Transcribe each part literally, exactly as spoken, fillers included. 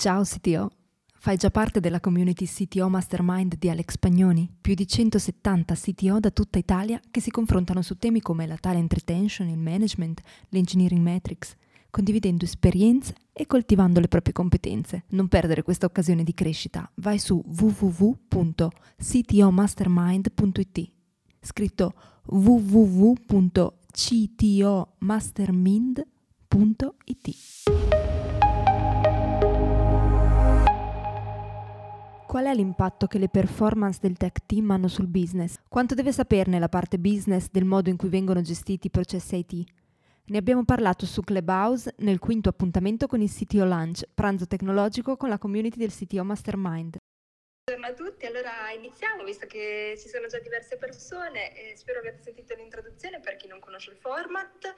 Ciao C T O, fai già parte della community C T O Mastermind di Alex Pagnoni? Più di centosettanta C T O da tutta Italia che si confrontano su temi come la talent retention, il management, l'engineering metrics, condividendo esperienze e coltivando le proprie competenze. Non perdere questa occasione di crescita. Vai su w w w punto c t o mastermind punto i t, scritto w w w punto c t o mastermind punto i t. Qual è l'impatto che le performance del tech team hanno sul business? Quanto deve saperne la parte business del modo in cui vengono gestiti i processi I T? Ne abbiamo parlato su Clubhouse nel quinto appuntamento con il C T O Lunch, pranzo tecnologico con la community del C T O Mastermind. Buongiorno a tutti, allora iniziamo visto che ci sono già diverse persone e spero abbiate sentito l'introduzione per chi non conosce il format.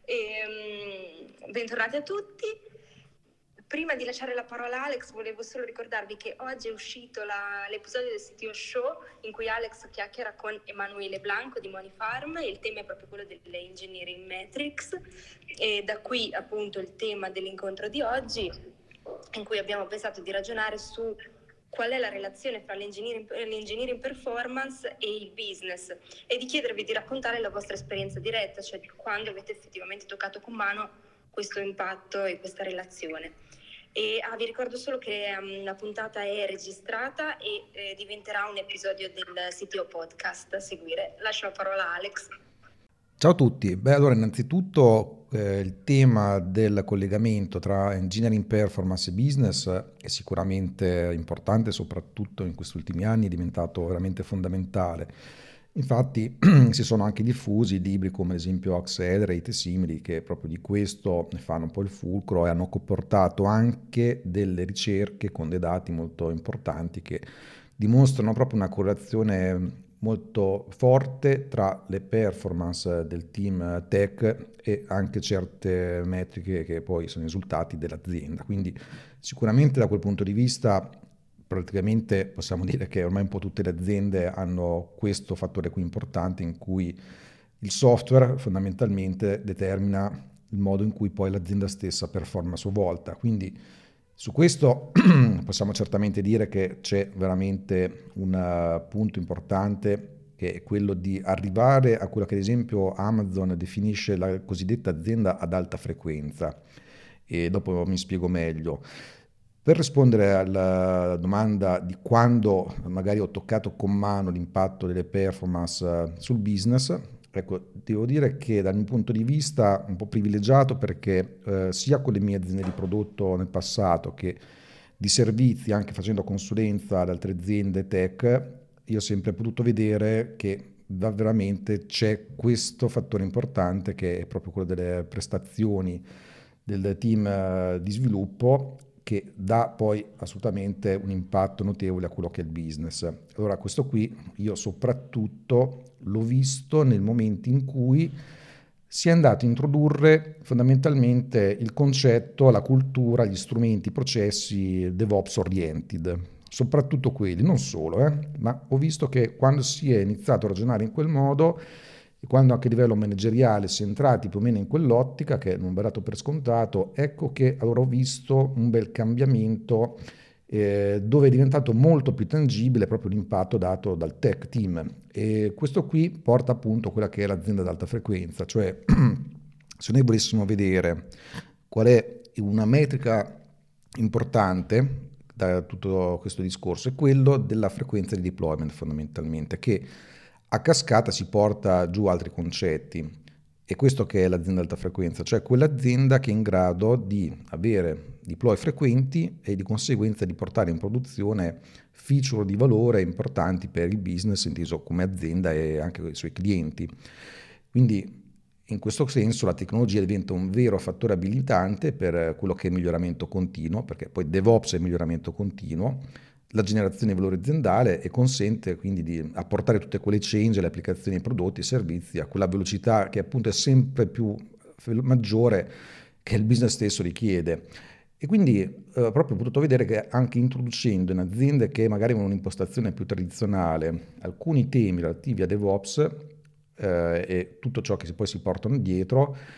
E, um, bentornati a tutti. Prima di lasciare la parola a Alex volevo solo ricordarvi che oggi è uscito la, l'episodio del C T O Show in cui Alex chiacchiera con Emanuele Blanco di Monifarm e il tema è proprio quello delle engineering metrics e da qui appunto il tema dell'incontro di oggi in cui abbiamo pensato di ragionare su qual è la relazione fra l'engineering, l'engineering performance e il business e di chiedervi di raccontare la vostra esperienza diretta, cioè di quando avete effettivamente toccato con mano questo impatto e questa relazione. E ah, vi ricordo solo che um, la puntata è registrata e eh, diventerà un episodio del C T O Podcast a seguire. Lascio la parola a Alex. Ciao a tutti. Beh, allora innanzitutto eh, il tema del collegamento tra engineering performance e business è sicuramente importante, soprattutto in questi ultimi anni è diventato veramente fondamentale. Infatti si sono anche diffusi libri come ad esempio Accelerate e simili che proprio di questo ne fanno un po' il fulcro e hanno comportato anche delle ricerche con dei dati molto importanti che dimostrano proprio una correlazione molto forte tra le performance del team tech e anche certe metriche che poi sono i risultati dell'azienda. Quindi sicuramente da quel punto di vista praticamente possiamo dire che ormai un po' tutte le aziende hanno questo fattore qui importante in cui il software fondamentalmente determina il modo in cui poi l'azienda stessa performa a sua volta. Quindi su questo possiamo certamente dire che c'è veramente un punto importante che è quello di arrivare a quello che ad esempio Amazon definisce la cosiddetta azienda ad alta frequenza e dopo mi spiego meglio. Per rispondere alla domanda di quando magari ho toccato con mano l'impatto delle performance sul business, ecco, devo dire che dal mio punto di vista un po' privilegiato perché eh, sia con le mie aziende di prodotto nel passato che di servizi, anche facendo consulenza ad altre aziende tech, io ho sempre potuto vedere che veramente c'è questo fattore importante che è proprio quello delle prestazioni del team di sviluppo che dà poi assolutamente un impatto notevole a quello che è il business. Allora questo qui io soprattutto l'ho visto nel momento in cui si è andato a introdurre fondamentalmente il concetto, la cultura, gli strumenti, i processi DevOps oriented, soprattutto quelli, non solo, eh, ma ho visto che quando si è iniziato a ragionare in quel modo e quando anche a livello manageriale si è entrati più o meno in quell'ottica, che non verrà dato per scontato, ecco che allora ho visto un bel cambiamento eh, dove è diventato molto più tangibile proprio l'impatto dato dal tech team. E questo qui porta appunto a quella che è l'azienda ad alta frequenza, cioè se noi volessimo vedere qual è una metrica importante da tutto questo discorso, è quello della frequenza di deployment fondamentalmente, che a cascata si porta giù altri concetti e questo che è l'azienda ad alta frequenza, cioè quell'azienda che è in grado di avere deploy frequenti e di conseguenza di portare in produzione feature di valore importanti per il business inteso come azienda e anche i suoi clienti. Quindi in questo senso la tecnologia diventa un vero fattore abilitante per quello che è il miglioramento continuo, perché poi DevOps è miglioramento continuo, la generazione di valore aziendale e consente quindi di apportare tutte quelle change alle applicazioni, ai prodotti e servizi a quella velocità che appunto è sempre più maggiore che il business stesso richiede. E quindi eh, proprio ho potuto vedere che anche introducendo in aziende che magari hanno un'impostazione più tradizionale alcuni temi relativi a DevOps eh, e tutto ciò che poi si portano dietro,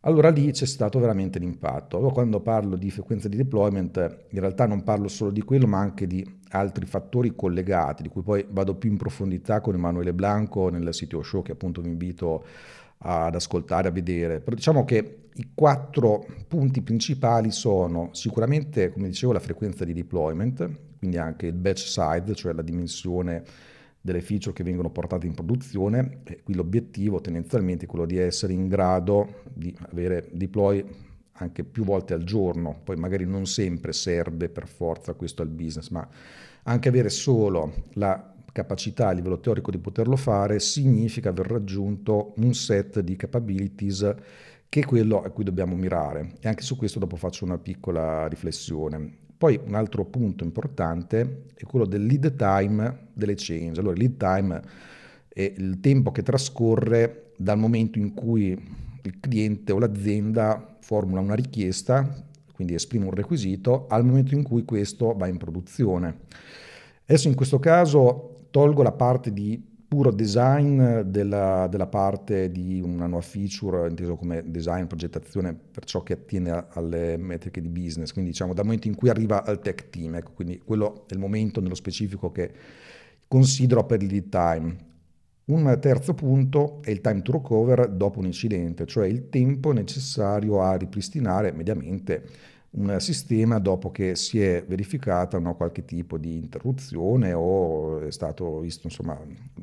allora lì c'è stato veramente l'impatto. Allora, quando parlo di frequenza di deployment, in realtà non parlo solo di quello, ma anche di altri fattori collegati, di cui poi vado più in profondità con Emanuele Blanco nel C T O Show, che appunto vi invito ad ascoltare, a vedere. Però diciamo che i quattro punti principali sono sicuramente, come dicevo, la frequenza di deployment, quindi anche il batch size, cioè la dimensione delle feature che vengono portate in produzione. E qui l'obiettivo tendenzialmente è quello di essere in grado di avere deploy anche più volte al giorno. Poi magari non sempre serve per forza questo al business, ma anche avere solo la capacità a livello teorico di poterlo fare significa aver raggiunto un set di capabilities che è quello a cui dobbiamo mirare. E anche su questo dopo faccio una piccola riflessione. Poi un altro punto importante è quello del lead time delle change. Allora, il lead time è il tempo che trascorre dal momento in cui il cliente o l'azienda formula una richiesta, quindi esprime un requisito, al momento in cui questo va in produzione. Adesso in questo caso tolgo la parte di puro design della, della parte di una nuova feature, inteso come design, progettazione, per ciò che attiene a, alle metriche di business, quindi diciamo dal momento in cui arriva al tech team, ecco, quindi quello è il momento nello specifico che considero per il lead time. Un terzo punto è il time to recover dopo un incidente, cioè il tempo necessario a ripristinare mediamente un sistema dopo che si è verificata no, qualche tipo di interruzione o è stato visto insomma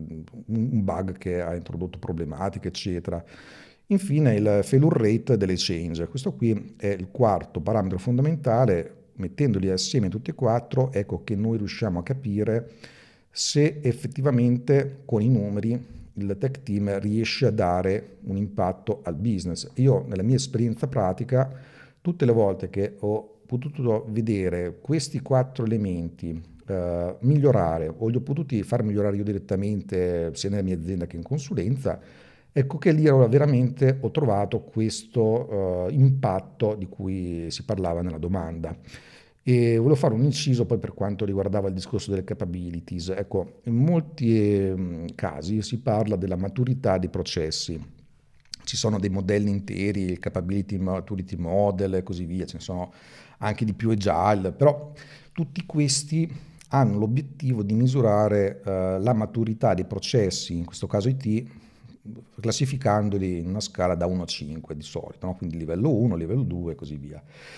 un bug che ha introdotto problematiche, eccetera. Infine il failure rate delle change. Questo qui è il quarto parametro fondamentale. Mettendoli assieme tutti e quattro, ecco che noi riusciamo a capire se effettivamente con i numeri il tech team riesce a dare un impatto al business. Io nella mia esperienza pratica, tutte le volte che ho potuto vedere questi quattro elementi eh, migliorare o li ho potuti far migliorare io direttamente sia nella mia azienda che in consulenza, ecco che lì veramente ho trovato questo eh, impatto di cui si parlava nella domanda. E volevo fare un inciso poi per quanto riguardava il discorso delle capabilities. Ecco, in molti eh, casi si parla della maturità dei processi. Ci sono dei modelli interi, il capability maturity model e così via, ce ne sono anche di più agile, però tutti questi hanno l'obiettivo di misurare eh, la maturità dei processi, in questo caso I T, classificandoli in una scala da uno a cinque di solito, no? Quindi livello uno, livello due e così via.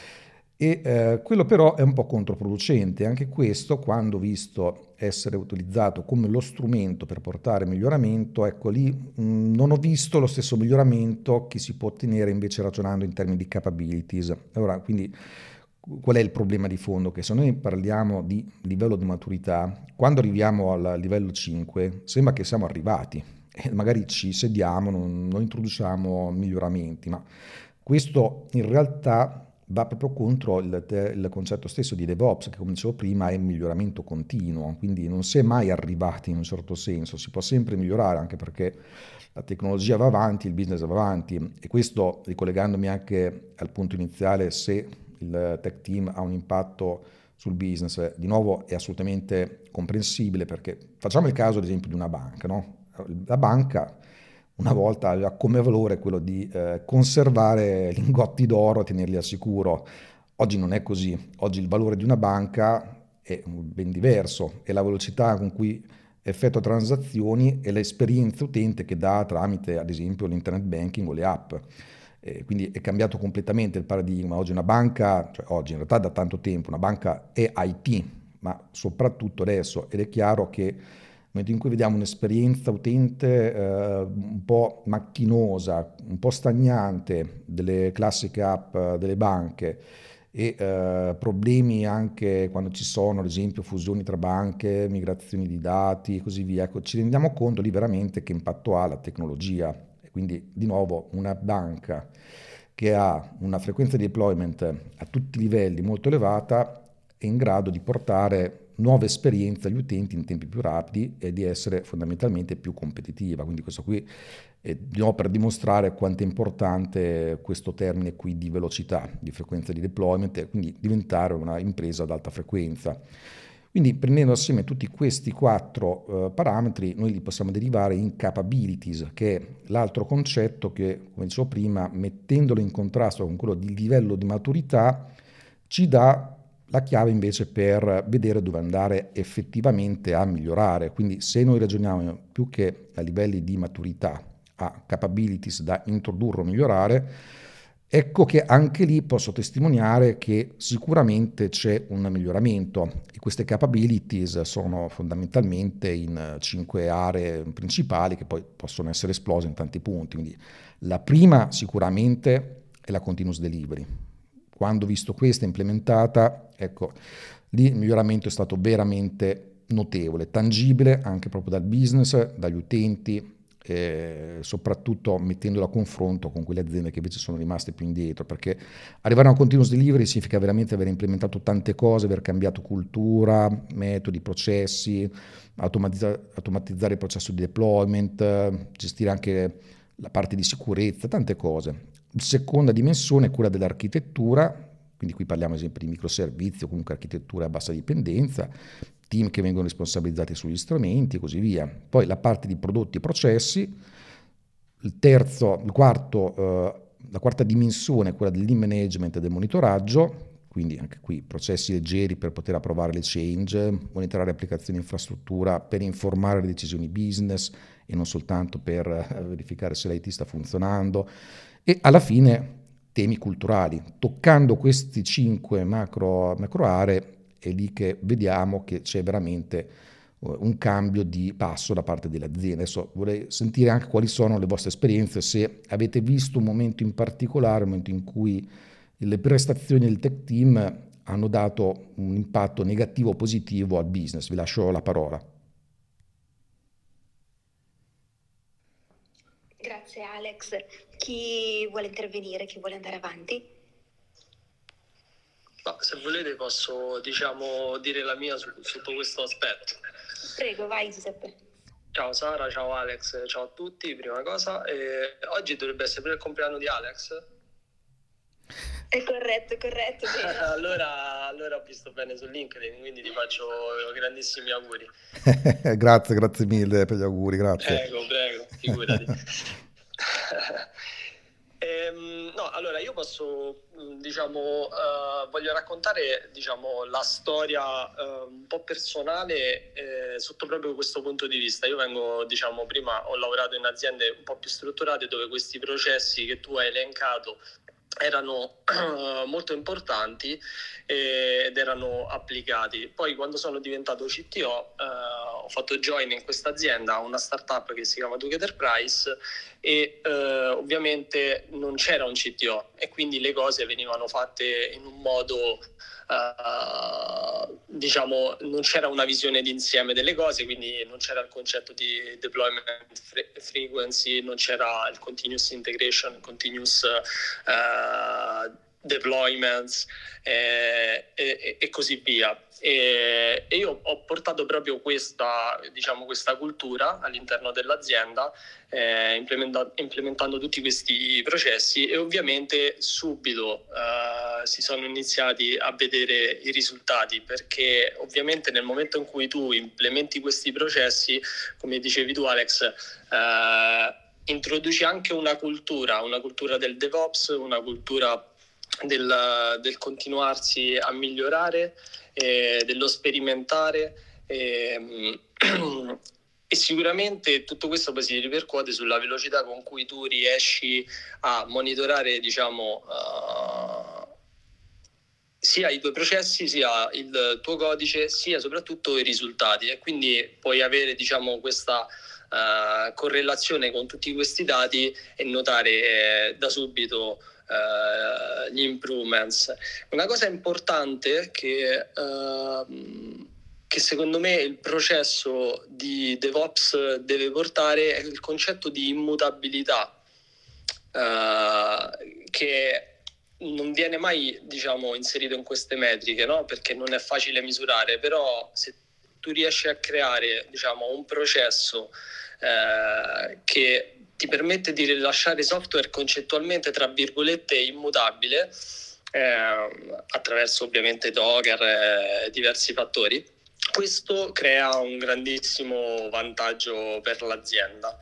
E eh, quello però è un po' controproducente, anche questo quando visto essere utilizzato come lo strumento per portare miglioramento, ecco lì mh, non ho visto lo stesso miglioramento che si può ottenere invece ragionando in termini di capabilities. Allora, quindi qual è il problema di fondo? Che se noi parliamo di livello di maturità, quando arriviamo al livello cinque sembra che siamo arrivati e magari ci sediamo, non, non introduciamo miglioramenti, ma questo in realtà va proprio contro il, il concetto stesso di DevOps, che come dicevo prima è miglioramento continuo, quindi non si è mai arrivati in un certo senso, si può sempre migliorare anche perché la tecnologia va avanti, il business va avanti e questo ricollegandomi anche al punto iniziale, se il tech team ha un impatto sul business, di nuovo è assolutamente comprensibile perché facciamo il caso ad esempio di una banca, no? La banca una volta aveva come valore quello di eh, conservare lingotti d'oro e tenerli al sicuro. Oggi non è così. Oggi il valore di una banca è ben diverso, è la velocità con cui effettua transazioni e l'esperienza utente che dà tramite, ad esempio, l'internet banking o le app. Eh, quindi è cambiato completamente il paradigma. Oggi una banca, cioè oggi in realtà da tanto tempo, una banca è I T, ma soprattutto adesso, ed è chiaro che nel momento in cui vediamo un'esperienza utente eh, un po' macchinosa, un po' stagnante delle classiche app eh, delle banche e eh, problemi anche quando ci sono, ad esempio, fusioni tra banche, migrazioni di dati e così via, ecco, ci rendiamo conto lì veramente che impatto ha la tecnologia. E quindi, di nuovo, una banca che ha una frequenza di deployment a tutti i livelli molto elevata è in grado di portare nuove esperienze agli utenti in tempi più rapidi e di essere fondamentalmente più competitiva. Quindi questo qui è di nuovo per dimostrare quanto è importante questo termine qui di velocità, di frequenza di deployment e quindi diventare una impresa ad alta frequenza. Quindi prendendo assieme tutti questi quattro eh, parametri, noi li possiamo derivare in capabilities, che è l'altro concetto che, come dicevo prima, mettendolo in contrasto con quello di livello di maturità, ci dà la chiave invece per vedere dove andare effettivamente a migliorare. Quindi se noi ragioniamo più che a livelli di maturità, a capabilities da introdurre o migliorare, ecco che anche lì posso testimoniare che sicuramente c'è un miglioramento e queste capabilities sono fondamentalmente in cinque aree principali che poi possono essere esplose in tanti punti. Quindi la prima sicuramente è la continuous delivery. Quando ho visto questa implementata, ecco, lì il miglioramento è stato veramente notevole, tangibile anche proprio dal business, dagli utenti, eh, soprattutto mettendolo a confronto con quelle aziende che invece sono rimaste più indietro, perché arrivare a un continuous delivery significa veramente aver implementato tante cose, aver cambiato cultura, metodi, processi, automatizza- automatizzare il processo di deployment, gestire anche la parte di sicurezza, tante cose. Seconda dimensione è quella dell'architettura, quindi qui parliamo ad esempio di microservizi o comunque architettura a bassa dipendenza, team che vengono responsabilizzati sugli strumenti e così via. Poi la parte di prodotti e processi, il terzo, il quarto, eh, la quarta dimensione è quella del lean management e del monitoraggio, quindi anche qui processi leggeri per poter approvare le change, monitorare applicazioni e infrastruttura per informare le decisioni business e non soltanto per verificare se l'I T sta funzionando, e alla fine temi culturali. Toccando questi cinque macro, macro aree è lì che vediamo che c'è veramente un cambio di passo da parte delle aziende. Adesso vorrei sentire anche quali sono le vostre esperienze, se avete visto un momento in particolare, un momento in cui le prestazioni del tech team hanno dato un impatto negativo o positivo al business. Vi lascio la parola. Grazie Alex. Chi vuole intervenire? Chi vuole andare avanti? No, se volete posso, diciamo, dire la mia su, sotto questo aspetto. Prego, vai Giuseppe. Ciao Sara, ciao Alex, ciao a tutti, prima cosa. Eh, oggi dovrebbe essere il compleanno di Alex? È corretto, è corretto. Bene. allora, allora ho visto bene su LinkedIn, quindi ti faccio grandissimi auguri. Grazie, grazie mille per gli auguri, grazie. Prego, prego, figurati. Ehm, no, allora io posso, diciamo, uh, voglio raccontare, diciamo, la storia uh, un po' personale eh, sotto proprio questo punto di vista. Io vengo, diciamo, prima ho lavorato in aziende un po' più strutturate dove questi processi che tu hai elencato erano uh, molto importanti eh, ed erano applicati. Poi quando sono diventato C T O uh, ho fatto join in questa azienda, una startup che si chiama Together Price, e uh, ovviamente non c'era un C T O e quindi le cose venivano fatte in un modo uh, diciamo, non c'era una visione d'insieme delle cose, quindi non c'era il concetto di deployment fre- frequency, non c'era il continuous integration, continuous uh, deployments eh, e, e così via. E, e io ho portato proprio questa, diciamo, questa cultura all'interno dell'azienda, eh, implementa- implementando tutti questi processi, e ovviamente subito eh, si sono iniziati a vedere i risultati, perché ovviamente nel momento in cui tu implementi questi processi, come dicevi tu Alex, eh, introduci anche una cultura, una cultura del DevOps, una cultura del, del continuarsi a migliorare, eh, dello sperimentare, eh, e sicuramente tutto questo poi si ripercuote sulla velocità con cui tu riesci a monitorare, diciamo, uh, sia i tuoi processi, sia il tuo codice, sia soprattutto i risultati, e quindi puoi avere, diciamo, questa uh, correlazione con tutti questi dati e notare eh, da subito Uh, gli improvements. Una cosa importante che, uh, che secondo me il processo di DevOps deve portare è il concetto di immutabilità, uh, che non viene mai, diciamo, inserito in queste metriche, no? Perché non è facile misurare, però se tu riesci a creare, diciamo, un processo uh, che ti permette di rilasciare software concettualmente, tra virgolette, immutabile, eh, attraverso ovviamente Docker e eh, diversi fattori, questo crea un grandissimo vantaggio per l'azienda.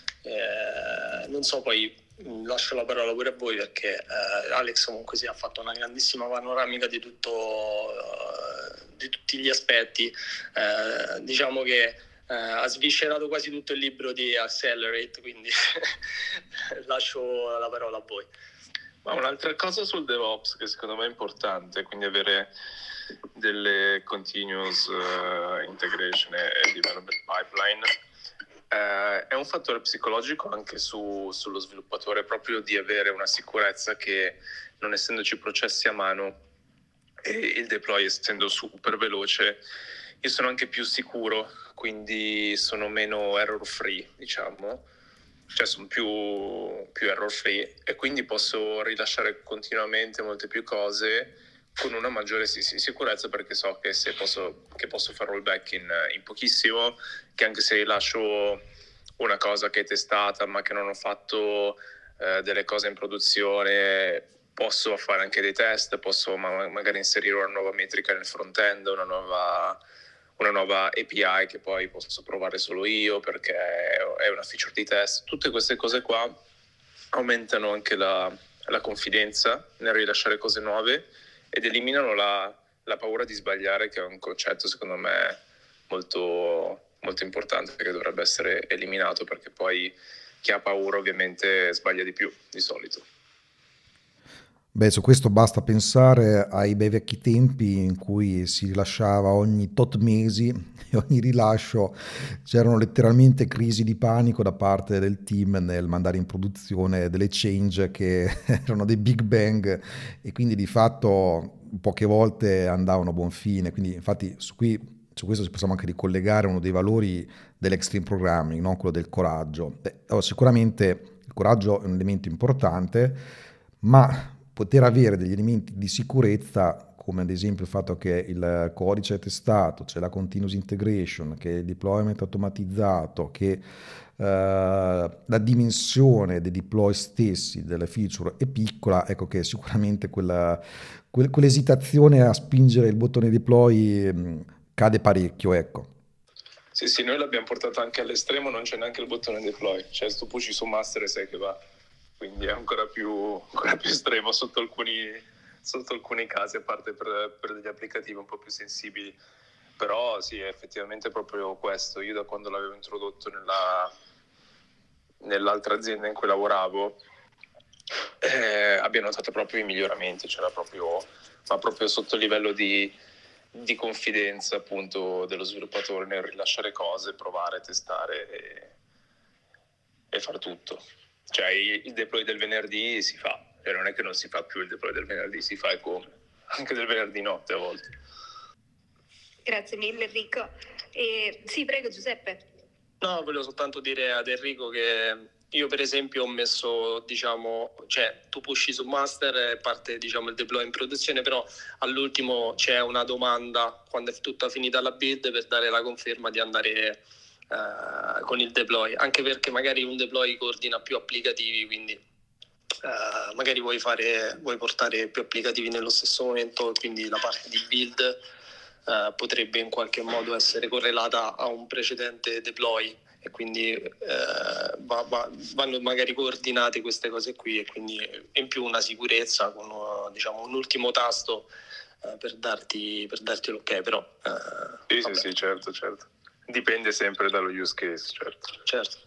Eh, non so, poi lascio la parola pure a voi, perché eh, Alex comunque si ha fatto una grandissima panoramica di tutto, uh, di tutti gli aspetti. Eh, diciamo che eh, ha sviscerato quasi tutto il libro di Accelerate, quindi lascio la parola a voi. Ma un'altra cosa sul DevOps che secondo me è importante, quindi avere delle continuous uh, integration e development pipeline, uh, è un fattore psicologico anche su, sullo sviluppatore, proprio di avere una sicurezza che, non essendoci processi a mano e il deploy essendo super veloce, io sono anche più sicuro, quindi sono meno error free, diciamo. Cioè sono più, più error free e quindi posso rilasciare continuamente molte più cose con una maggiore sicurezza, perché so che se posso, che posso fare rollback in, in pochissimo, che anche se rilascio una cosa che è testata ma che non ho fatto eh, delle cose in produzione, posso fare anche dei test, posso ma- magari inserire una nuova metrica nel front-end, una nuova... una nuova A P I che poi posso provare solo io perché è una feature di test. Tutte queste cose qua aumentano anche la, la confidenza nel rilasciare cose nuove ed eliminano la, la paura di sbagliare, che è un concetto secondo me molto, molto importante, che dovrebbe essere eliminato, perché poi chi ha paura ovviamente sbaglia di più di solito. Beh, su questo basta pensare ai bei vecchi tempi in cui si rilasciava ogni tot mesi e ogni rilascio c'erano letteralmente crisi di panico da parte del team nel mandare in produzione delle change che erano dei big bang e quindi di fatto poche volte andavano a buon fine. Quindi infatti su, qui, su questo ci possiamo anche ricollegare uno dei valori dell'extreme programming, no? Quello del coraggio. Beh, allora, sicuramente il coraggio è un elemento importante, ma poter avere degli elementi di sicurezza, come ad esempio il fatto che il codice è testato, c'è la continuous integration, che il deployment è automatizzato, che uh, la dimensione dei deploy stessi delle feature è piccola, ecco che sicuramente quella, quel, quell'esitazione a spingere il bottone deploy mh, cade parecchio, ecco. Sì, sì, noi l'abbiamo portato anche all'estremo, non c'è neanche il bottone deploy, cioè sto pushi su master e sai che va. Quindi è ancora più, ancora più estremo sotto alcuni, sotto alcuni casi, a parte per, per degli applicativi un po' più sensibili. Però sì, è effettivamente proprio questo. Io da quando l'avevo introdotto nella, nell'altra azienda in cui lavoravo, eh, abbiamo notato proprio i miglioramenti, c'era proprio, ma proprio sotto il livello di, di confidenza appunto dello sviluppatore nel rilasciare cose, provare, testare e, e far tutto. Cioè il deploy del venerdì si fa, cioè non è che non si fa più il deploy del venerdì, si fa e come, anche del venerdì notte a volte. Grazie mille Enrico. E, sì, prego Giuseppe. No, volevo soltanto dire ad Enrico che io per esempio ho messo, diciamo, cioè tu pushi su master e parte diciamo il deploy in produzione, però all'ultimo c'è una domanda quando è tutta finita la build per dare la conferma di andare Uh, con il deploy, anche perché magari un deploy coordina più applicativi, quindi uh, magari vuoi fare vuoi portare più applicativi nello stesso momento, quindi la parte di build uh, potrebbe in qualche modo essere correlata a un precedente deploy e quindi uh, va, va, vanno magari coordinate queste cose qui e quindi in più una sicurezza con uh, diciamo un ultimo tasto uh, per darti per darti l'ok, però uh, sì, sì, sì, certo, certo. Dipende sempre dallo use case, certo. Certo.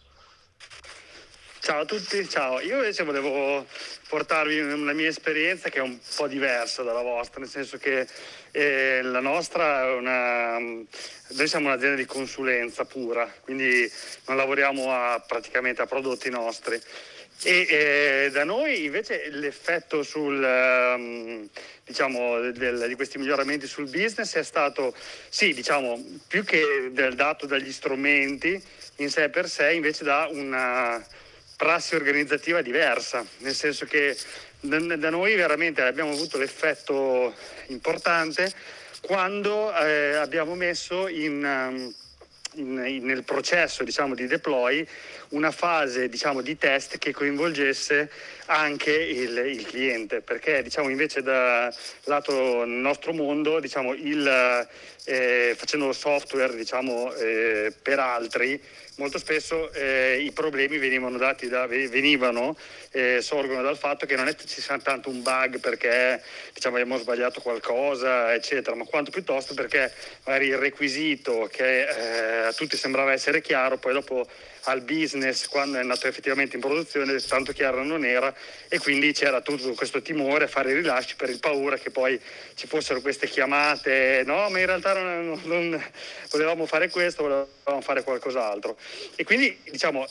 Ciao a tutti, ciao. Io invece volevo portarvi una mia esperienza che è un po' diversa dalla vostra, nel senso che eh, la nostra è una... Noi siamo un'azienda di consulenza pura, quindi non lavoriamo a, praticamente a prodotti nostri. E eh, da noi invece l'effetto sul, um, diciamo, del, di questi miglioramenti sul business è stato, sì, diciamo, più che del dato dagli strumenti in sé per sé, invece da una prassi organizzativa diversa, nel senso che da, da noi veramente abbiamo avuto l'effetto importante quando eh, abbiamo messo in... Um, in, in, nel processo, diciamo, di deploy una fase, diciamo, di test che coinvolgesse anche il, il cliente, perché, diciamo, invece da lato nostro mondo, diciamo, il, eh, facendo software, diciamo, eh, per altri, molto spesso eh, i problemi venivano dati da, venivano eh, sorgono dal fatto che non è che ci sia tanto un bug perché, diciamo, abbiamo sbagliato qualcosa, eccetera, ma quanto piuttosto perché magari il requisito che eh, a tutti sembrava essere chiaro, poi dopo al business, quando è andato effettivamente in produzione, tanto chiaro non era, e quindi c'era tutto questo timore a fare i rilasci per il paura che poi ci fossero queste chiamate, no, ma in realtà non, non volevamo fare questo, volevamo fare qualcos'altro. E quindi, diciamo,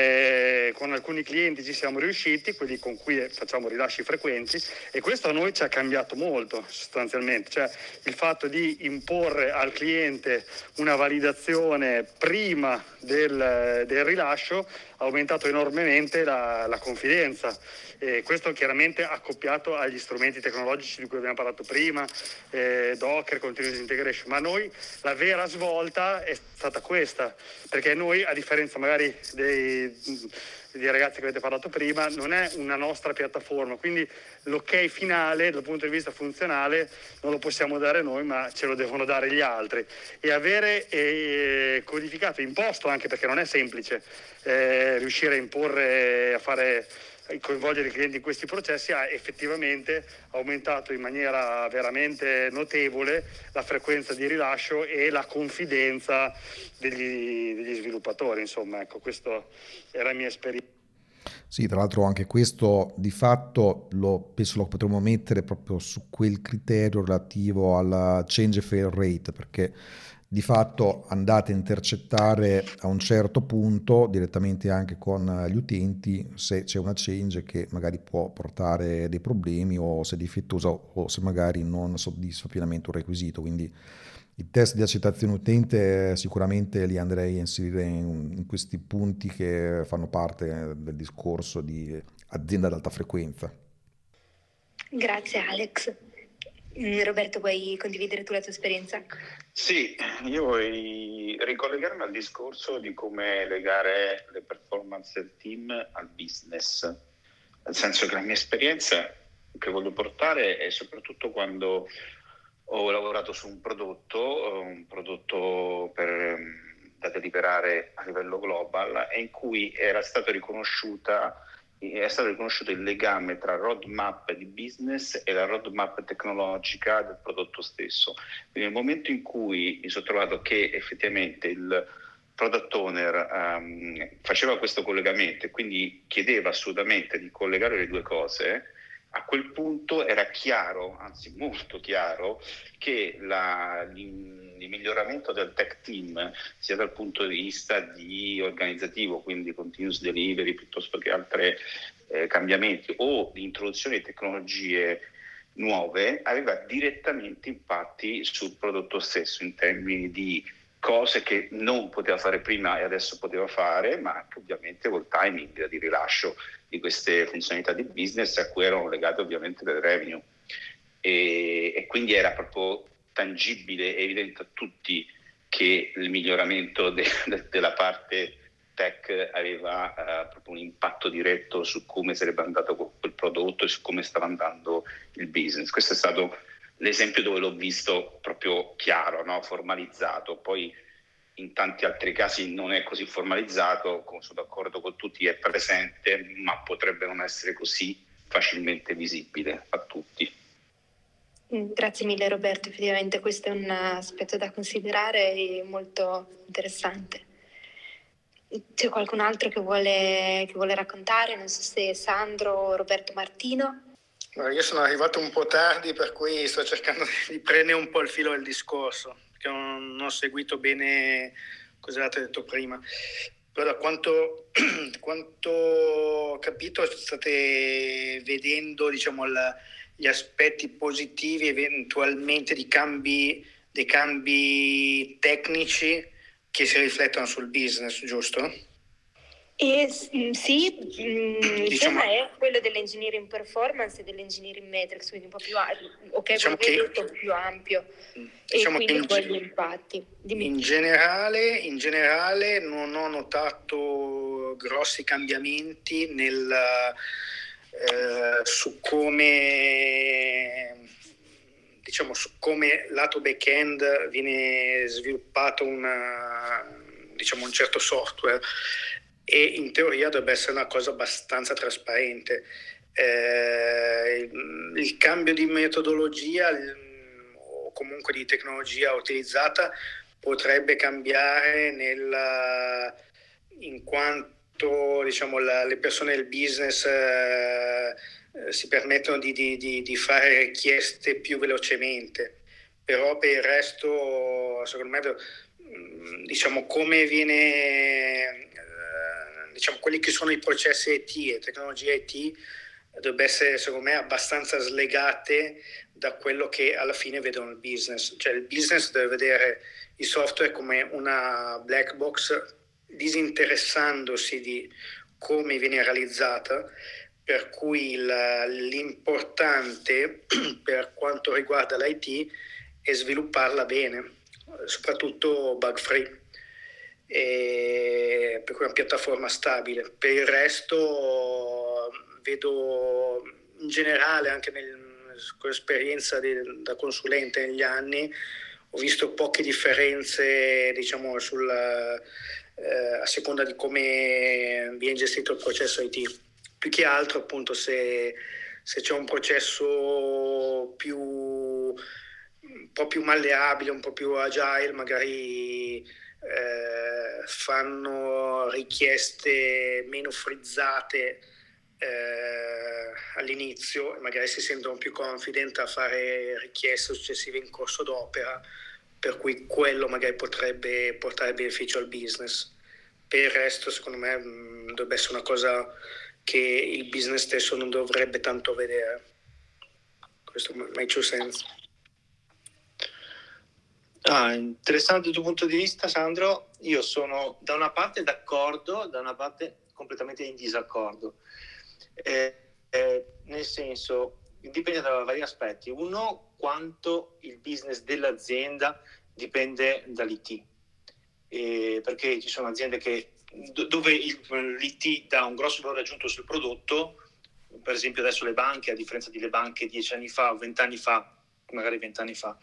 eh, con alcuni clienti ci siamo riusciti, quelli con cui facciamo rilasci frequenti, e questo a noi ci ha cambiato molto sostanzialmente, cioè il fatto di imporre al cliente una validazione prima del, del rilascio ha aumentato enormemente la, la confidenza. E questo chiaramente accoppiato agli strumenti tecnologici di cui abbiamo parlato prima, eh, Docker, Continuous Integration, ma noi la vera svolta è stata questa, perché noi, a differenza magari dei, dei ragazzi che avete parlato prima, non è una nostra piattaforma, quindi l'ok finale dal punto di vista funzionale non lo possiamo dare noi, ma ce lo devono dare gli altri, e avere eh, codificato, imposto, anche perché non è semplice eh, riuscire a imporre, a fare coinvolgere i clienti in questi processi, ha effettivamente aumentato in maniera veramente notevole la frequenza di rilascio e la confidenza degli, degli sviluppatori. Insomma, ecco, questa è la mia esperienza. Sì, tra l'altro anche questo di fatto lo, penso lo potremmo mettere proprio su quel criterio relativo alla change fail rate, perché di fatto andate a intercettare a un certo punto direttamente anche con gli utenti se c'è una change che magari può portare dei problemi o se è difettosa o se magari non soddisfa pienamente un requisito. Quindi i test di accettazione utente sicuramente li andrei a inserire in, in questi punti che fanno parte del discorso di azienda ad alta frequenza. Grazie Alex. Roberto, vuoi condividere tu la tua esperienza? Sì, io vorrei ricollegarmi al discorso di come legare le performance del team al business, nel senso che la mia esperienza che voglio portare è soprattutto quando ho lavorato su un prodotto, un prodotto per, da deliberare a livello global, e in cui era stato riconosciuta è stato riconosciuto il legame tra roadmap di business e la roadmap tecnologica del prodotto stesso. Quindi nel momento in cui mi sono trovato che effettivamente il product owner um, faceva questo collegamento e quindi chiedeva assolutamente di collegare le due cose, a quel punto era chiaro, anzi molto chiaro, che la, il miglioramento del tech team, sia dal punto di vista di organizzativo, quindi continuous delivery piuttosto che altri eh, cambiamenti, o l'introduzione di tecnologie nuove, aveva direttamente impatti sul prodotto stesso in termini di cose che non poteva fare prima e adesso poteva fare, ma anche ovviamente col timing di rilascio di queste funzionalità di business a cui erano legate ovviamente del revenue, e, e quindi era proprio tangibile e evidente a tutti che il miglioramento de, de, della parte tech aveva uh, proprio un impatto diretto su come sarebbe andato quel prodotto e su come stava andando il business. Questo è stato l'esempio dove l'ho visto proprio chiaro, no? Formalizzato. Poi in tanti altri casi non è così formalizzato, come sono d'accordo con tutti, è presente, ma potrebbe non essere così facilmente visibile a tutti. Grazie mille Roberto, effettivamente questo è un aspetto da considerare e molto interessante. C'è qualcun altro che vuole, che vuole raccontare? Non so se Sandro o Roberto Martino. Io sono arrivato un po' tardi, per cui sto cercando di prendere un po' il filo del discorso, perché non, non ho seguito bene cosa avete detto prima. Però da quanto, quanto ho capito state vedendo, diciamo, la, gli aspetti positivi eventualmente di cambi, dei cambi tecnici che si riflettono sul business, giusto? E sì, il diciamo, tema è quello dell'engineering performance e dell'engineering metrics, quindi un po' più, ok, diciamo quello che hai che, detto più ampio, diciamo e quindi che poi gli impatti. Dimmi. In generale, in generale non ho notato grossi cambiamenti nel, eh, su come diciamo su come lato back-end viene sviluppato una, diciamo, un certo software, e in teoria dovrebbe essere una cosa abbastanza trasparente. Eh, il, il cambio di metodologia il, o comunque di tecnologia utilizzata potrebbe cambiare nel, in quanto, diciamo, la, le persone del business eh, si permettono di, di, di, di fare richieste più velocemente, però per il resto secondo me, diciamo, come viene, eh, diciamo, quelli che sono i processi I T e tecnologie I T dovrebbe essere, secondo me, abbastanza slegate da quello che alla fine vedono il business. Cioè il business deve vedere il software come una black box, disinteressandosi di come viene realizzata, per cui il, l'importante per quanto riguarda l'I T è svilupparla bene, soprattutto bug free, e per cui una piattaforma stabile. Per il resto vedo in generale, anche nel, con l'esperienza di, da consulente negli anni, ho visto poche differenze, diciamo, sul, eh, a seconda di come viene gestito il processo I T. Più che altro, appunto, se, se c'è un processo più, un po' più malleabile, un po' più agile, magari eh, fanno richieste meno frizzate eh, all'inizio, e magari si sentono più confident a fare richieste successive in corso d'opera, per cui quello magari potrebbe portare beneficio al business. Per il resto, secondo me, mh, dovrebbe essere una cosa che il business stesso non dovrebbe tanto vedere. Questo è my two cents. Ah, interessante il tuo punto di vista, Sandro. Io sono da una parte d'accordo, da una parte completamente in disaccordo. Eh, eh, nel senso, dipende da vari aspetti. Uno, quanto il business dell'azienda dipende dall'I T. Eh, perché ci sono aziende che dove l'I T dà un grosso valore aggiunto sul prodotto, per esempio adesso le banche, a differenza delle banche dieci anni fa o vent'anni fa, magari vent'anni fa.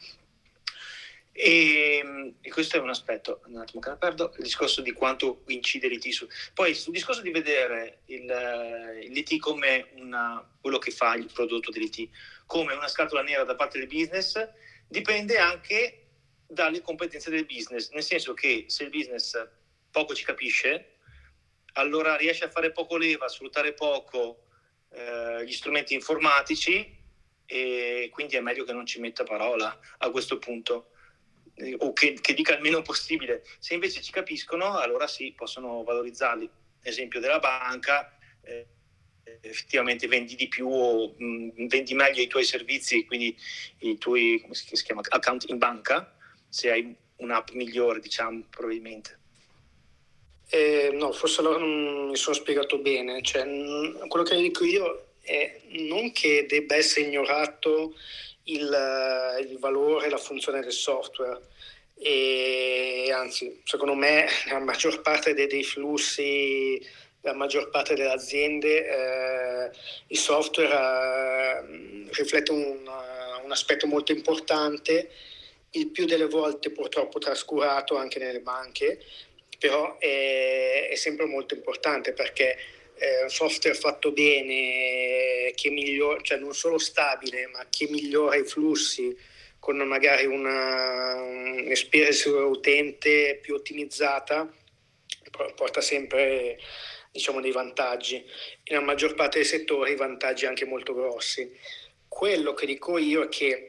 E, e questo è un aspetto, un attimo che la perdo, il discorso di quanto incide l'I T su. Poi sul discorso di vedere il, l'I T come una, quello che fa il prodotto dell'I T, come una scatola nera da parte del business, dipende anche dalle competenze del business, nel senso che se il business poco ci capisce, allora riesce a fare poco leva, a sfruttare poco eh, gli strumenti informatici, e quindi è meglio che non ci metta parola a questo punto, eh, o che, che dica il meno possibile. Se invece ci capiscono, allora sì, possono valorizzarli. Esempio della banca, eh, effettivamente vendi di più o mh, vendi meglio i tuoi servizi, quindi i tuoi, come si chiama, account in banca, se hai un'app migliore, diciamo, probabilmente. Eh, no, forse allora non mi sono spiegato bene. Cioè, n- quello che dico io è non che debba essere ignorato il, il valore e la funzione del software, e anzi, secondo me la maggior parte dei, dei flussi, la maggior parte delle aziende, eh, il software eh, riflette un, un aspetto molto importante, il più delle volte purtroppo trascurato anche nelle banche, però è, è sempre molto importante, perché eh, un software fatto bene, che migliora, cioè non solo stabile, ma che migliora i flussi, con magari una, un'esperienza utente più ottimizzata, porta sempre, diciamo, dei vantaggi. Nella maggior parte dei settori i vantaggi anche molto grossi. Quello che dico io è che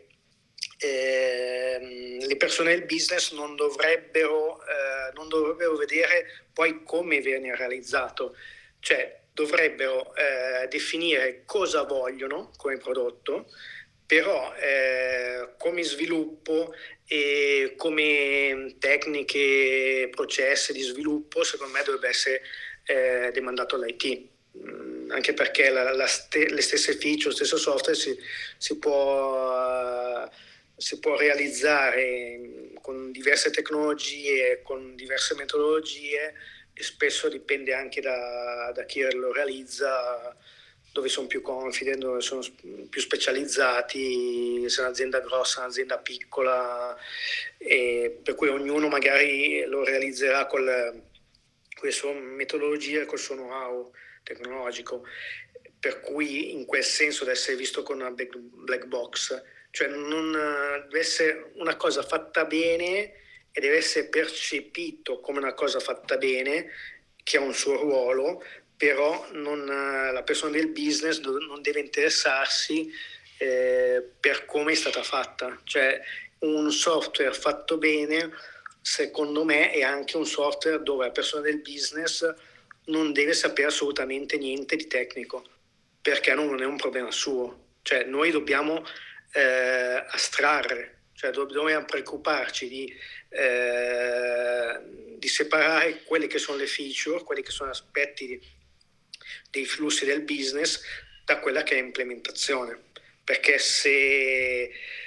Eh, le persone del business non dovrebbero, eh, non dovrebbero vedere poi come viene realizzato, cioè dovrebbero eh, definire cosa vogliono come prodotto, però eh, come sviluppo e come tecniche, processi di sviluppo, secondo me dovrebbe essere eh, demandato all'I T. Anche perché la, la ste, le stesse feature, lo stesso software si, si, può, uh, si può realizzare con diverse tecnologie, con diverse metodologie, e spesso dipende anche da, da chi lo realizza, dove sono più confident, dove sono più specializzati, se è un'azienda grossa, un'azienda piccola, e per cui ognuno magari lo realizzerà con le sue metodologie e col suo know-how tecnologico, per cui in quel senso deve essere visto con una black box, cioè non deve essere una cosa fatta bene e deve essere percepito come una cosa fatta bene che ha un suo ruolo, però non, la persona del business non deve interessarsi eh, per come è stata fatta. Cioè un software fatto bene, secondo me, è anche un software dove la persona del business non deve sapere assolutamente niente di tecnico, perché non è un problema suo. Cioè noi dobbiamo eh, astrarre, cioè dobbiamo preoccuparci di, eh, di separare quelle che sono le feature, quelli che sono aspetti di, dei flussi del business da quella che è implementazione. Perché se,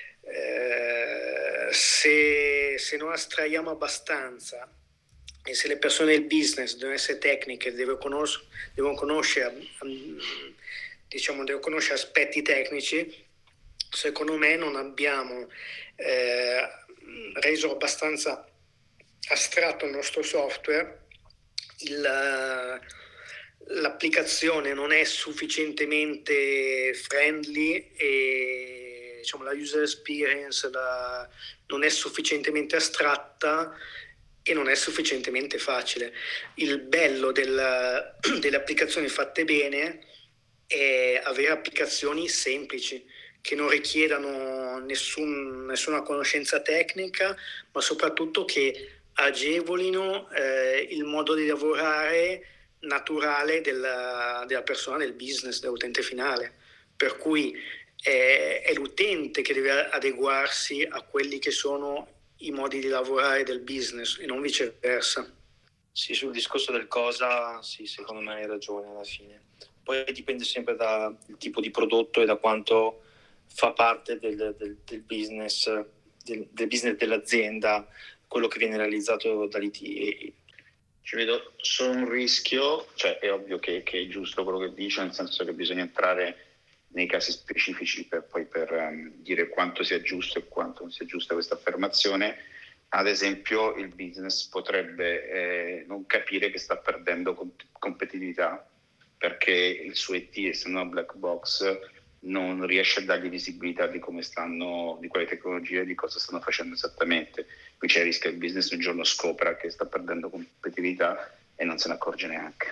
eh, se, se non astraiamo abbastanza, e se le persone del business devono essere tecniche, devono conoscere, devono conoscere, diciamo, devono conoscere aspetti tecnici, secondo me non abbiamo eh, reso abbastanza astratto il nostro software, il, l'applicazione non è sufficientemente friendly e diciamo, la user experience la, non è sufficientemente astratta e non è sufficientemente facile. Il bello del, delle applicazioni fatte bene è avere applicazioni semplici, che non richiedano nessun, nessuna conoscenza tecnica, ma soprattutto che agevolino eh, il modo di lavorare naturale della, della persona del business, dell'utente finale. Per cui è, è l'utente che deve adeguarsi a quelli che sono i modi di lavorare del business e non viceversa. Sì, sul discorso del cosa, sì, secondo me hai ragione alla fine. Poi dipende sempre dal tipo di prodotto e da quanto fa parte del, del, del business del, del business dell'azienda quello che viene realizzato dall'I T. Ci vedo solo un rischio, cioè è ovvio che, che è giusto quello che dice, nel senso che bisogna entrare nei casi specifici per poi per um, dire quanto sia giusto e quanto non sia giusta questa affermazione. Ad esempio il business potrebbe eh, non capire che sta perdendo comp- competitività perché il suo I T, essendo una black box, non riesce a dargli visibilità di come stanno, di quale tecnologie, di cosa stanno facendo esattamente. Qui c'è il rischio che il business un giorno scopra che sta perdendo competitività e non se ne accorge neanche.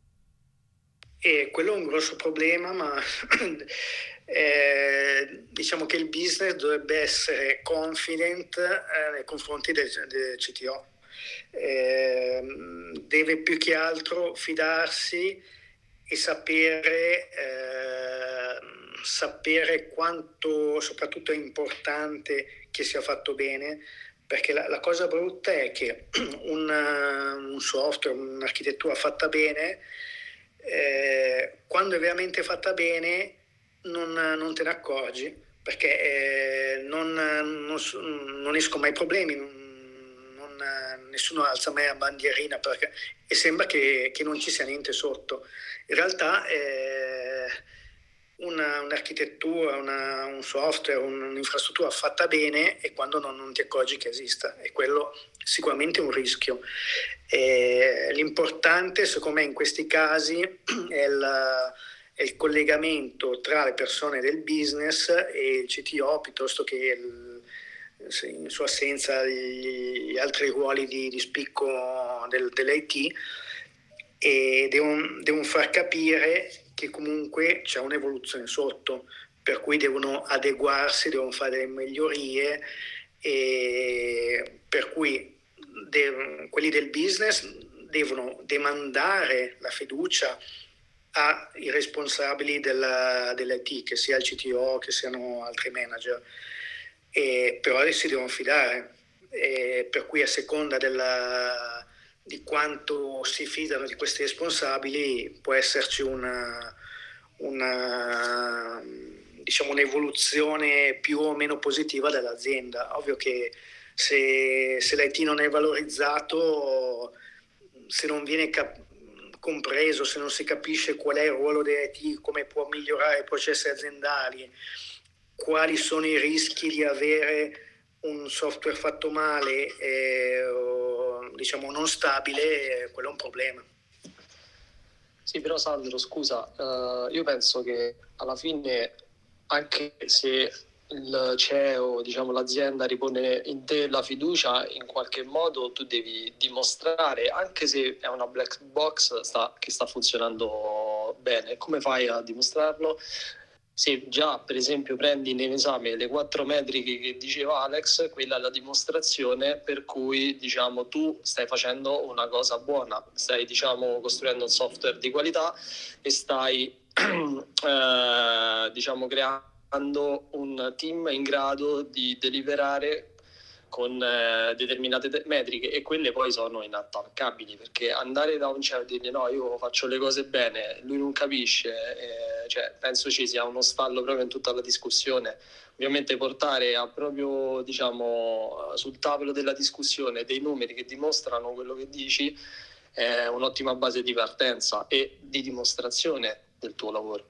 E quello è un grosso problema, ma eh, diciamo che il business dovrebbe essere confident eh, nei confronti del, del C T O. Eh, deve più che altro fidarsi e sapere eh, sapere quanto soprattutto è importante che sia fatto bene, perché la, la cosa brutta è che un, un software, un'architettura fatta bene, eh, quando è veramente fatta bene non, non te ne accorgi, perché eh, non, non, non escono mai problemi, non, non, nessuno alza mai la bandierina perché, e sembra che, che non ci sia niente sotto. In realtà eh, una, un'architettura, una, un software, un'infrastruttura fatta bene è quando non, non ti accorgi che esista, e quello sicuramente è un rischio. E l'importante secondo me in questi casi è il, è il collegamento tra le persone del business e il C T O, piuttosto che il, in sua assenza gli, gli altri ruoli di, di spicco del, dell'I T, e devono, devono far capire che comunque c'è un'evoluzione sotto, per cui devono adeguarsi, devono fare delle migliorie, e per cui de- quelli del business devono demandare la fiducia ai responsabili della, dell'I T, che sia il C T O, che siano altri manager, e però si devono fidare, e per cui a seconda della di quanto si fidano di questi responsabili, può esserci una, una, diciamo, un'evoluzione più o meno positiva dell'azienda. Ovvio che se, se l'I T non è valorizzato, se non viene cap- compreso, se non si capisce qual è il ruolo dell'I T, come può migliorare i processi aziendali, quali sono i rischi di avere un software fatto male, eh, o, diciamo non stabile, eh, quello è un problema. Sì, però Sandro, scusa, uh, io penso che alla fine, anche se il C E O, diciamo l'azienda, ripone in te la fiducia, in qualche modo tu devi dimostrare, anche se è una black box sta, che sta funzionando bene. Come fai a dimostrarlo? Se già per esempio prendi in esame le quattro metriche che diceva Alex, quella è la dimostrazione per cui, diciamo, tu stai facendo una cosa buona, stai, diciamo, costruendo un software di qualità e stai eh, diciamo creando un team in grado di deliberare con eh, determinate te- metriche, e quelle poi sono inattaccabili, perché andare da un C E O e dirgli no, io faccio le cose bene, lui non capisce, eh, cioè, penso ci sia uno stallo proprio in tutta la discussione. Ovviamente portare a proprio, diciamo, sul tavolo della discussione dei numeri che dimostrano quello che dici è un'ottima base di partenza e di dimostrazione del tuo lavoro.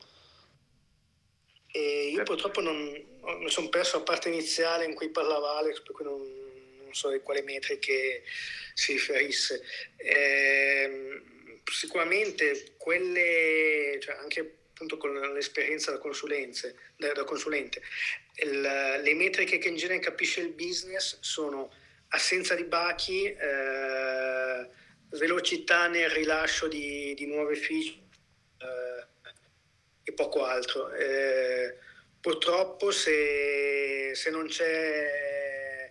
E io purtroppo non mi sono perso la parte iniziale in cui parlava Alex, per cui non, non so di quale metriche si riferisse. Eh, sicuramente quelle, cioè anche appunto con l'esperienza da consulenze, da, da consulente, il, le metriche che in genere capisce il business sono assenza di bachi, eh, velocità nel rilascio di, di nuove feature, eh, e poco altro. Eh, purtroppo se, se non c'è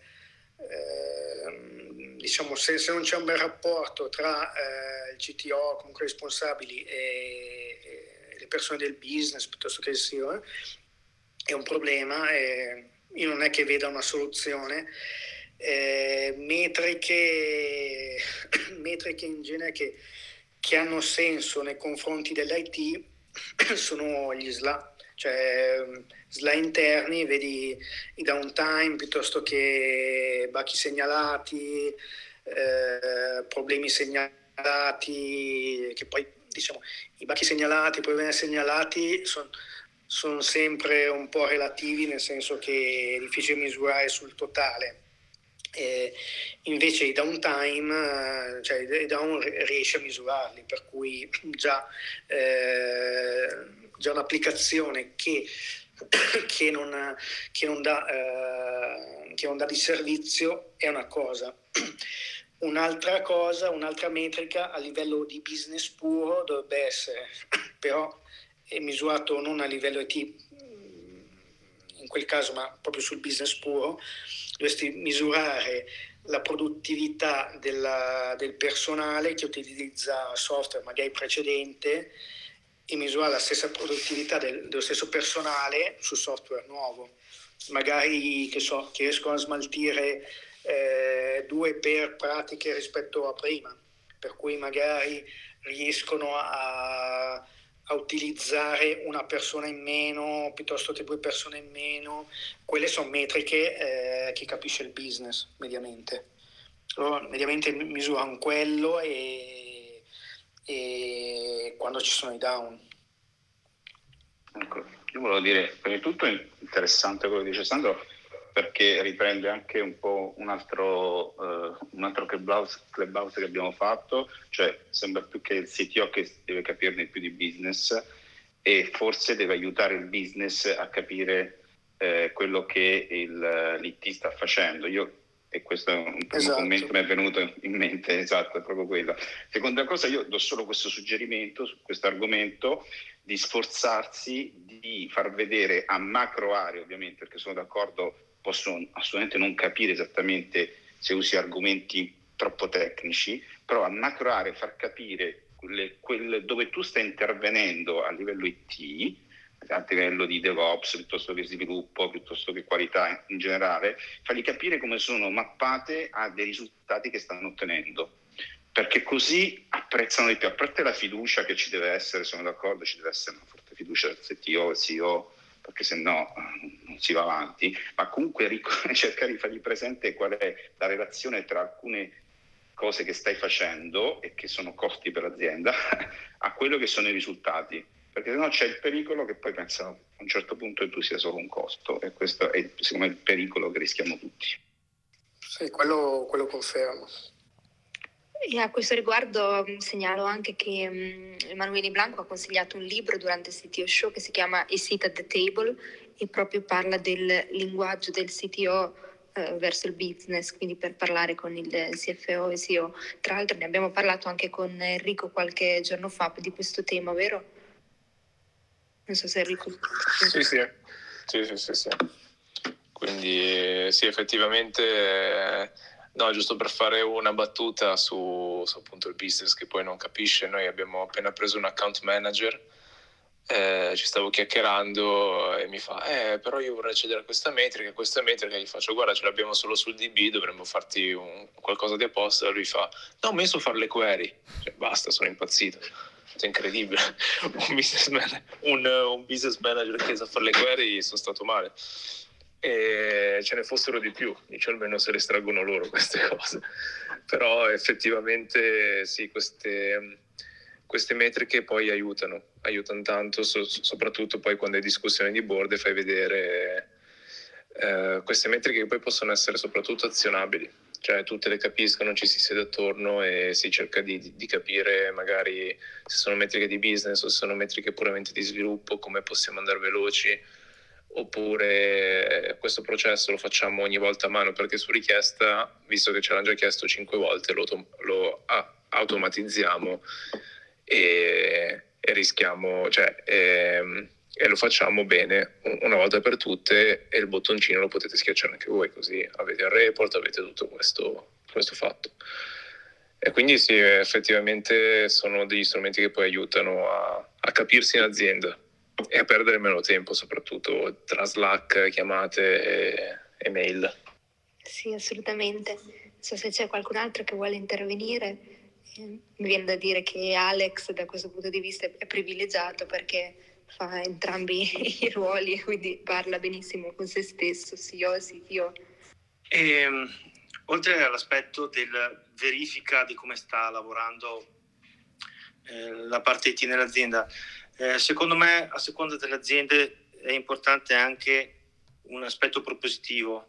eh, diciamo se, se non c'è un bel rapporto tra eh, il C T O, comunque responsabili, e, e le persone del business piuttosto che il C E O, è un problema, e io non è che veda una soluzione. Eh, metriche metriche in genere che, che hanno senso nei confronti dell'I T sono gli S L A, cioè S L A interni, vedi i downtime piuttosto che bachi segnalati, eh, problemi segnalati, che poi diciamo i bachi segnalati, i problemi segnalati sono son sempre un po' relativi, nel senso che è difficile misurare sul totale. Eh, invece i downtime, cioè i down riesce a misurarli, per cui già, eh, già un'applicazione che, che, non, che, non dà, eh, che non dà di servizio è una cosa. Un'altra cosa, un'altra metrica a livello di business puro dovrebbe essere, però è misurato non a livello I T in quel caso, ma proprio sul business puro, dovresti misurare la produttività della, del personale che utilizza software magari precedente e misurare la stessa produttività del, dello stesso personale su software nuovo. Magari che, so, che riescono a smaltire eh, due per pratiche rispetto a prima, per cui magari riescono a, a utilizzare una persona in meno piuttosto che due persone in meno. Quelle sono metriche eh, che capisce il business mediamente. Allora, mediamente misurano quello e, e quando ci sono i down. Ecco, io volevo dire, prima di tutto è interessante quello che dice Sandro, perché riprende anche un po' un altro, uh, un altro clubhouse, clubhouse che abbiamo fatto, cioè sembra più che il C T O che deve capirne più di business e forse deve aiutare il business a capire eh, quello che il, l'I T sta facendo. Io, e questo è un primo esatto. commento che mi è venuto in mente, esatto, è proprio quello. Seconda cosa, io do solo questo suggerimento su questo argomento, di sforzarsi di far vedere a macro aree, ovviamente, perché sono d'accordo, posso assolutamente non capire esattamente se usi argomenti troppo tecnici, però a macro aree far capire quelle, quelle dove tu stai intervenendo a livello I T, a livello di DevOps, piuttosto che sviluppo, piuttosto che qualità in generale, fargli capire come sono mappate a dei risultati che stanno ottenendo. perché così apprezzano di più, a parte la fiducia che ci deve essere, sono d'accordo, ci deve essere una forte fiducia del C T O e C E O, perché se no non si va avanti, ma comunque ric- cercare di fargli presente qual è la relazione tra alcune cose che stai facendo e che sono costi per l'azienda a quello che sono i risultati, perché sennò c'è il pericolo che poi pensano a un certo punto che tu sia solo un costo, e questo è secondo me il pericolo che rischiamo tutti. Sì, quello, quello confermo. E a questo riguardo mh, segnalo anche che mh, Emanuele Blanco ha consigliato un libro durante il C T O Show che si chiama A Seat at the Table e proprio parla del linguaggio del C T O eh, verso il business, quindi per parlare con il C F O e C E O. Tra l'altro ne abbiamo parlato anche con Enrico qualche giorno fa di questo tema, vero? Non so se Enrico... Sì, sì, sì, sì, sì, sì. Quindi sì, effettivamente... Eh... No, giusto per fare una battuta su, su appunto il business che poi non capisce, noi abbiamo appena preso un account manager, eh, ci stavo chiacchierando e mi fa eh però io vorrei accedere a questa metrica, questa metrica, gli faccio guarda ce l'abbiamo solo sul D B, dovremmo farti un, qualcosa di apposta, e lui fa no, ho messo a fare le query, cioè, basta, sono impazzito, è incredibile, un business, man, un, un business manager che sa fare le query, sono stato male. E ce ne fossero di più, dice almeno se le estraggono loro queste cose, però effettivamente sì, queste, queste metriche poi aiutano, aiutano tanto, so, soprattutto poi quando hai discussioni di board e fai vedere eh, queste metriche che poi possono essere soprattutto azionabili, cioè tutte le capiscono, ci si siede attorno e si cerca di, di capire magari se sono metriche di business o se sono metriche puramente di sviluppo, come possiamo andare veloci, oppure questo processo lo facciamo ogni volta a mano perché su richiesta, visto che ce l'hanno già chiesto cinque volte, lo, lo ah, automatizziamo e, e rischiamo, cioè e, e lo facciamo bene una volta per tutte, e il bottoncino lo potete schiacciare anche voi, così avete il report, avete tutto questo, questo fatto. E quindi sì, effettivamente sono degli strumenti che poi aiutano a, a capirsi in azienda e a perdere meno tempo, soprattutto tra Slack, chiamate e, e mail. Sì, assolutamente. Non so se c'è qualcun altro che vuole intervenire. Eh, mi viene da dire che Alex da questo punto di vista è privilegiato perché fa entrambi i ruoli e quindi parla benissimo con se stesso, C E O e C T O. E, oltre all'aspetto del verifica di come sta lavorando eh, la parte I T nell'azienda, Eh, secondo me, a seconda delle aziende, è importante anche un aspetto propositivo,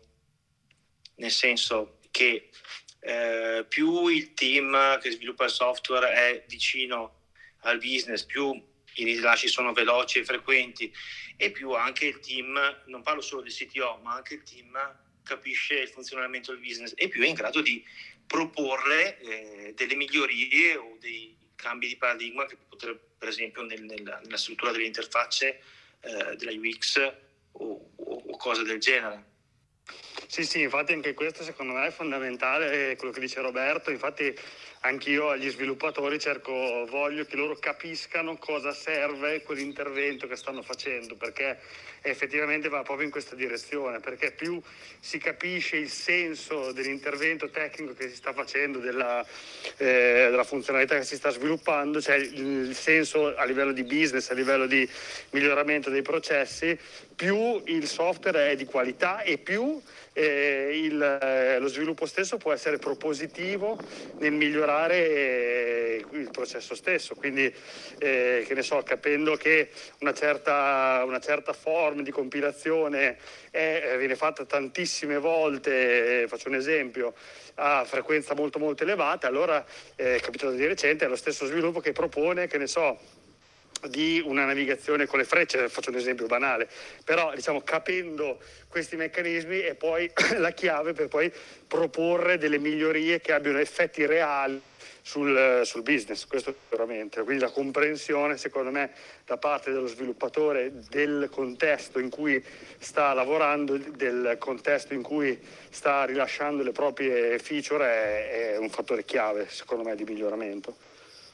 nel senso che eh, più il team che sviluppa il software è vicino al business, più i rilasci sono veloci e frequenti, e più anche il team, non parlo solo del C T O, ma anche il team capisce il funzionamento del business e più è in grado di proporre eh, delle migliorie o dei cambi di paradigma che potrebbe, per esempio nel, nella, nella struttura delle interfacce eh, della U X o, o, o cose del genere. Sì, sì, infatti anche questo secondo me è fondamentale, quello che dice Roberto. Infatti anch'io agli sviluppatori cerco, voglio che loro capiscano cosa serve quell'intervento che stanno facendo, perché effettivamente va proprio in questa direzione, perché più si capisce il senso dell'intervento tecnico che si sta facendo, della, eh, della funzionalità che si sta sviluppando, cioè il, il senso a livello di business, a livello di miglioramento dei processi, più il software è di qualità e più eh, il, eh, lo sviluppo stesso può essere propositivo nel migliorare eh, il processo stesso. Quindi eh, che ne so, capendo che una certa, una certa forma di compilazione è, viene fatta tantissime volte, eh, faccio un esempio, a frequenza molto molto elevata, allora eh, è capitato di recente, è lo stesso sviluppo che propone, che ne so, di una navigazione con le frecce, faccio un esempio banale, però diciamo capendo questi meccanismi è poi la chiave per poi proporre delle migliorie che abbiano effetti reali sul, sul business, questo sicuramente. Quindi la comprensione secondo me da parte dello sviluppatore del contesto in cui sta lavorando, del contesto in cui sta rilasciando le proprie feature è, è un fattore chiave secondo me di miglioramento.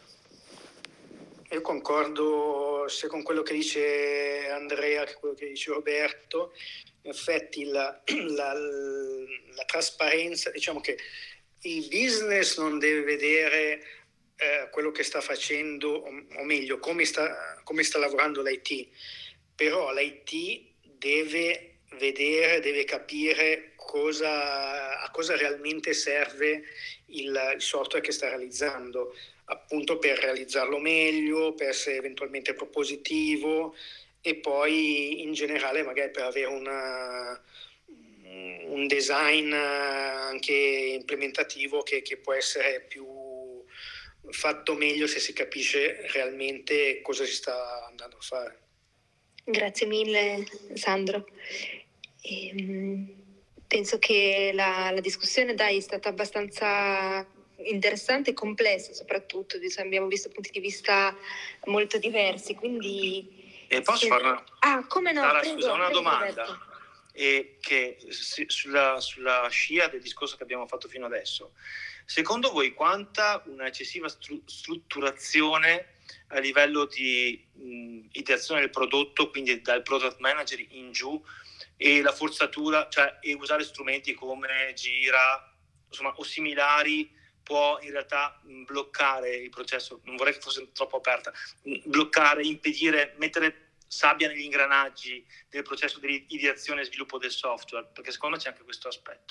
Io concordo sia con quello che dice Andrea che quello che dice Roberto. In effetti la, la, la trasparenza, diciamo che il business non deve vedere eh, quello che sta facendo, o, o meglio, come sta, come sta lavorando l'I T, però l'I T deve vedere, deve capire cosa, a cosa realmente serve il, il software che sta realizzando, appunto per realizzarlo meglio, per essere eventualmente propositivo e poi in generale magari per avere una, un design anche implementativo che, che può essere più fatto meglio se si capisce realmente cosa si sta andando a fare. Grazie mille Sandro. E, penso che la, la discussione dai, è stata abbastanza interessante e complessa soprattutto, abbiamo visto punti di vista molto diversi, quindi... E posso se... fare una, ah, come no? Sara, prego, scusa, una prego, domanda e che sulla, sulla scia del discorso che abbiamo fatto fino adesso, secondo voi quanta una eccessiva stru- strutturazione a livello di mh, ideazione del prodotto, quindi dal product manager in giù, e la forzatura, cioè e usare strumenti come Gira, insomma, o similari, può in realtà mh, bloccare il processo? Non vorrei che fosse troppo aperta, mh, bloccare, impedire, mettere sabbia negli ingranaggi del processo di ideazione e sviluppo del software, perché secondo me c'è anche questo aspetto.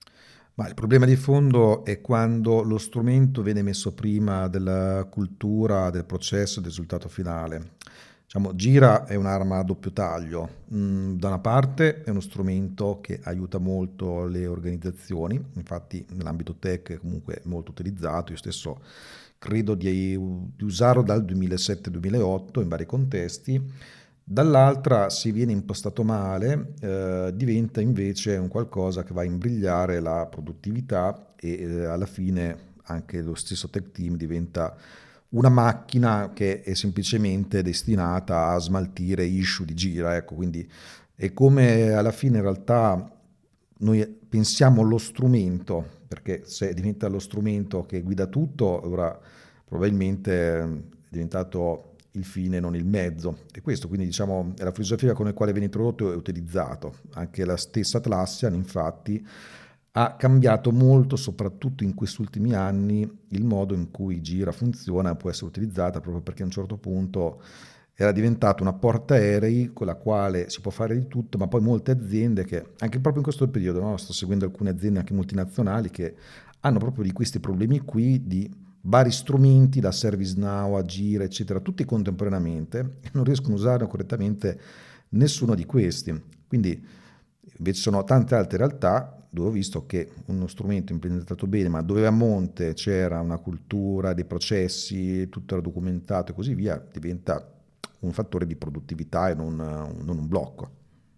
Ma il problema di fondo è quando lo strumento viene messo prima della cultura, del processo, del risultato finale. Diciamo, Gira è un'arma a doppio taglio. Mm, da una parte è uno strumento che aiuta molto le organizzazioni, infatti nell'ambito tech è comunque molto utilizzato, io stesso credo di, di usarlo dal duemilasette duemilaotto in vari contesti. Dall'altra, se viene impostato male, eh, diventa invece un qualcosa che va a imbrigliare la produttività e eh, alla fine anche lo stesso tech team diventa una macchina che è semplicemente destinata a smaltire issue di Gira, ecco, quindi è come alla fine in realtà noi pensiamo allo strumento, perché se diventa lo strumento che guida tutto, allora probabilmente è diventato il fine, non il mezzo. E questo quindi diciamo è la filosofia con la quale viene introdotto e utilizzato. Anche la stessa Atlassian infatti ha cambiato molto, soprattutto in questi ultimi anni, il modo in cui Gira funziona e può essere utilizzata, proprio perché a un certo punto era diventata una portaerei con la quale si può fare di tutto, ma poi molte aziende che, anche proprio in questo periodo, no? Sto seguendo alcune aziende anche multinazionali che hanno proprio di questi problemi qui di vari strumenti da ServiceNow a Gira eccetera, tutti contemporaneamente e non riescono a usare correttamente nessuno di questi. Quindi invece sono tante altre realtà dove ho visto che uno strumento implementato bene, ma dove a monte c'era una cultura, dei processi, tutto era documentato e così via, diventa un fattore di produttività e non, non un blocco.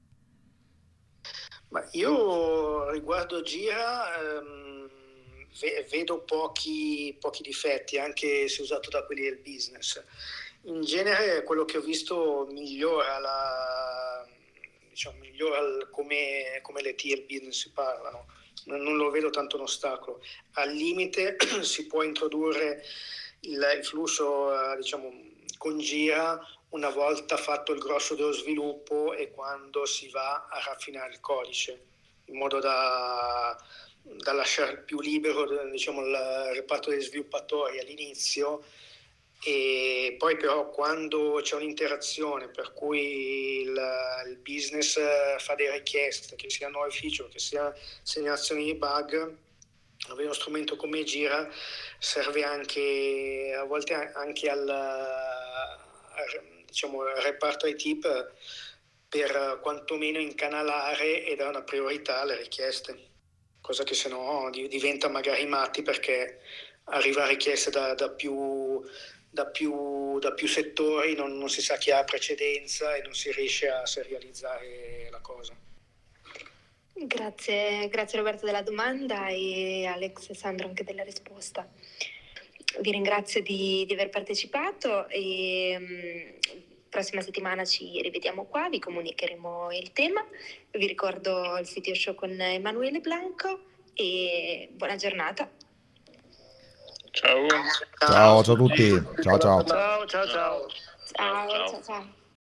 Ma io riguardo Gira ehm, vedo pochi, pochi difetti, anche se usato da quelli del business. In genere quello che ho visto migliora la, diciamo, migliora il, come, come le T e il business si parlano. Non, non lo vedo tanto un ostacolo. Al limite si può introdurre il, il flusso, diciamo, con Gira una volta fatto il grosso dello sviluppo e quando si va a raffinare il codice, in modo da, da lasciare più libero, diciamo, il reparto degli sviluppatori all'inizio, e poi però quando c'è un'interazione per cui il, il business fa delle richieste, che siano nuovi feature, che siano segnalazioni di bug, avere uno strumento come Gira serve anche a volte anche al, al diciamo, reparto I T per, per quantomeno incanalare e dare una priorità alle richieste, cosa che se no diventa magari matti, perché arriva richieste da, da, più, da, più, da più settori, non, non si sa chi ha precedenza e non si riesce a serializzare la cosa. Grazie, grazie Roberto della domanda e Alex e Sandro anche della risposta. Vi ringrazio di, di aver partecipato e mh, prossima settimana ci rivediamo qua, vi comunicheremo il tema. Vi ricordo il C T O Show con Emanuele Blanco e buona giornata. Ciao. Ciao, ciao a tutti. Ciao, ciao. Ciao, ciao, ciao. Ciao, ciao, ciao.